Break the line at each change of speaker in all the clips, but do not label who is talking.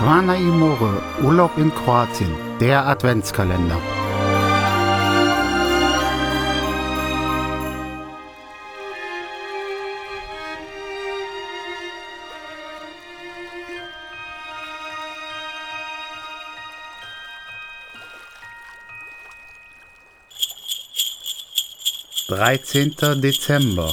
Zvana Imore, Urlaub in Kroatien, der Adventskalender. Dreizehnter Dezember.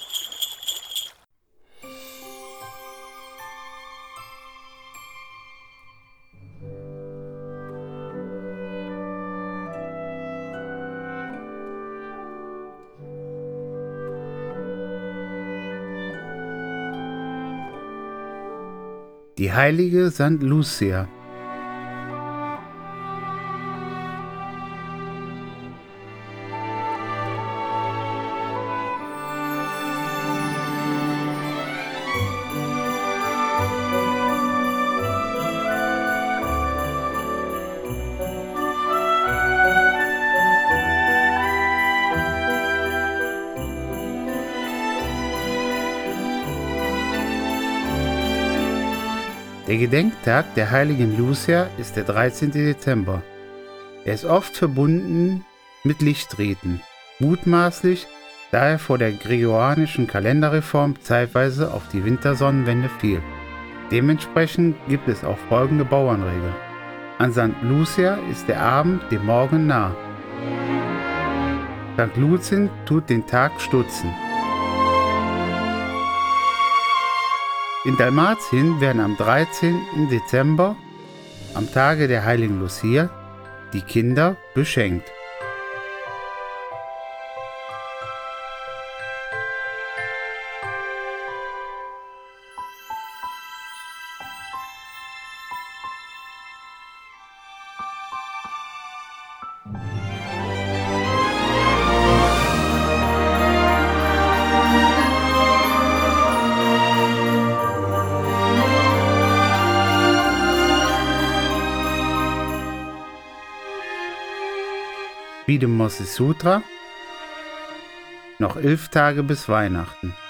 Die heilige St. Lucia. Der Gedenktag der heiligen Lucia ist der 13. Dezember. Er ist oft verbunden mit Lichtriten, mutmaßlich, da er vor der gregorianischen Kalenderreform zeitweise auf die Wintersonnenwende fiel. Dementsprechend gibt es auch folgende Bauernregel. An St. Lucia ist der Abend dem Morgen nah. St. Lucien tut den Tag stutzen. In Dalmatien werden am 13. Dezember, am Tage der heiligen Lucia, die Kinder beschenkt. Wie dem Moses Sutra, noch 11 Tage bis Weihnachten.